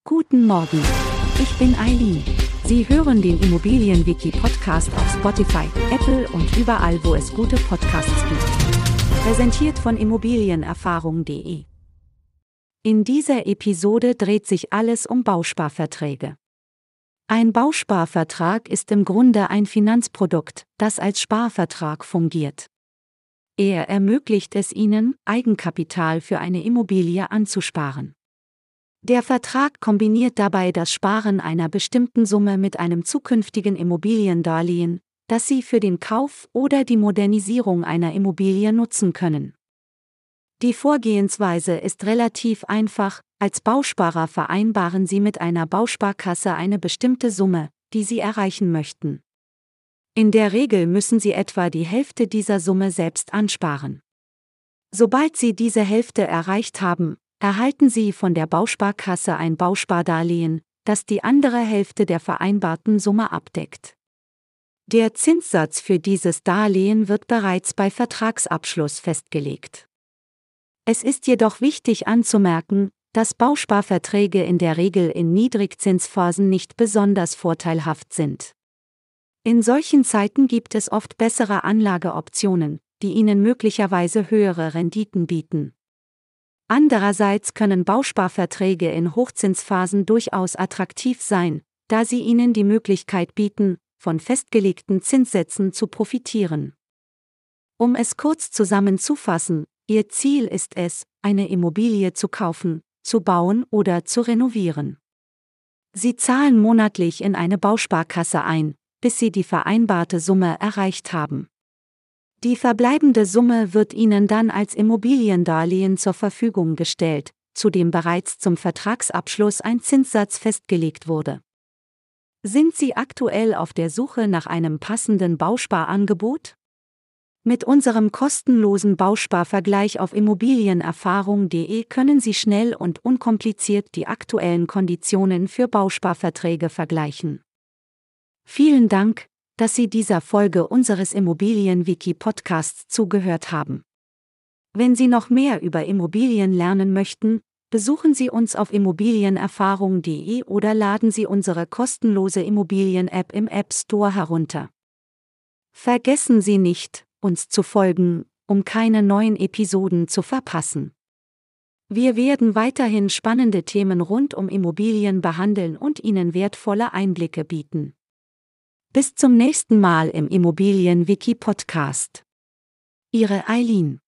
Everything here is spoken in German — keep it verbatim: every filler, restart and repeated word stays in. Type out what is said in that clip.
Guten Morgen, ich bin Eileen. Sie hören den Immobilienwiki-Podcast auf Spotify, Apple und überall, wo es gute Podcasts gibt. Präsentiert von immobilienerfahrung punkt de. In dieser Episode dreht sich alles um Bausparverträge. Ein Bausparvertrag ist im Grunde ein Finanzprodukt, das als Sparvertrag fungiert. Er ermöglicht es Ihnen, Eigenkapital für eine Immobilie anzusparen. Der Vertrag kombiniert dabei das Sparen einer bestimmten Summe mit einem zukünftigen Immobiliendarlehen, das Sie für den Kauf oder die Modernisierung einer Immobilie nutzen können. Die Vorgehensweise ist relativ einfach. Als Bausparer vereinbaren Sie mit einer Bausparkasse eine bestimmte Summe, die Sie erreichen möchten. In der Regel müssen Sie etwa die Hälfte dieser Summe selbst ansparen. Sobald Sie diese Hälfte erreicht haben, erhalten Sie von der Bausparkasse ein Bauspardarlehen, das die andere Hälfte der vereinbarten Summe abdeckt. Der Zinssatz für dieses Darlehen wird bereits bei Vertragsabschluss festgelegt. Es ist jedoch wichtig anzumerken, dass Bausparverträge in der Regel in Niedrigzinsphasen nicht besonders vorteilhaft sind. In solchen Zeiten gibt es oft bessere Anlageoptionen, die Ihnen möglicherweise höhere Renditen bieten. Andererseits können Bausparverträge in Hochzinsphasen durchaus attraktiv sein, da sie Ihnen die Möglichkeit bieten, von festgelegten Zinssätzen zu profitieren. Um es kurz zusammenzufassen, Ihr Ziel ist es, eine Immobilie zu kaufen, zu bauen oder zu renovieren. Sie zahlen monatlich in eine Bausparkasse ein, bis Sie die vereinbarte Summe erreicht haben. Die verbleibende Summe wird Ihnen dann als Immobiliendarlehen zur Verfügung gestellt, zu dem bereits zum Vertragsabschluss ein Zinssatz festgelegt wurde. Sind Sie aktuell auf der Suche nach einem passenden Bausparangebot? Mit unserem kostenlosen Bausparvergleich auf immobilienerfahrung punkt de können Sie schnell und unkompliziert die aktuellen Konditionen für Bausparverträge vergleichen. Vielen Dank, dass Sie dieser Folge unseres Immobilienwiki-Podcasts zugehört haben. Wenn Sie noch mehr über Immobilien lernen möchten, besuchen Sie uns auf immobilienerfahrung punkt de oder laden Sie unsere kostenlose Immobilien-App im App Store herunter. Vergessen Sie nicht, uns zu folgen, um keine neuen Episoden zu verpassen. Wir werden weiterhin spannende Themen rund um Immobilien behandeln und Ihnen wertvolle Einblicke bieten. Bis zum nächsten Mal im Immobilienwiki-Podcast. Ihre Eileen.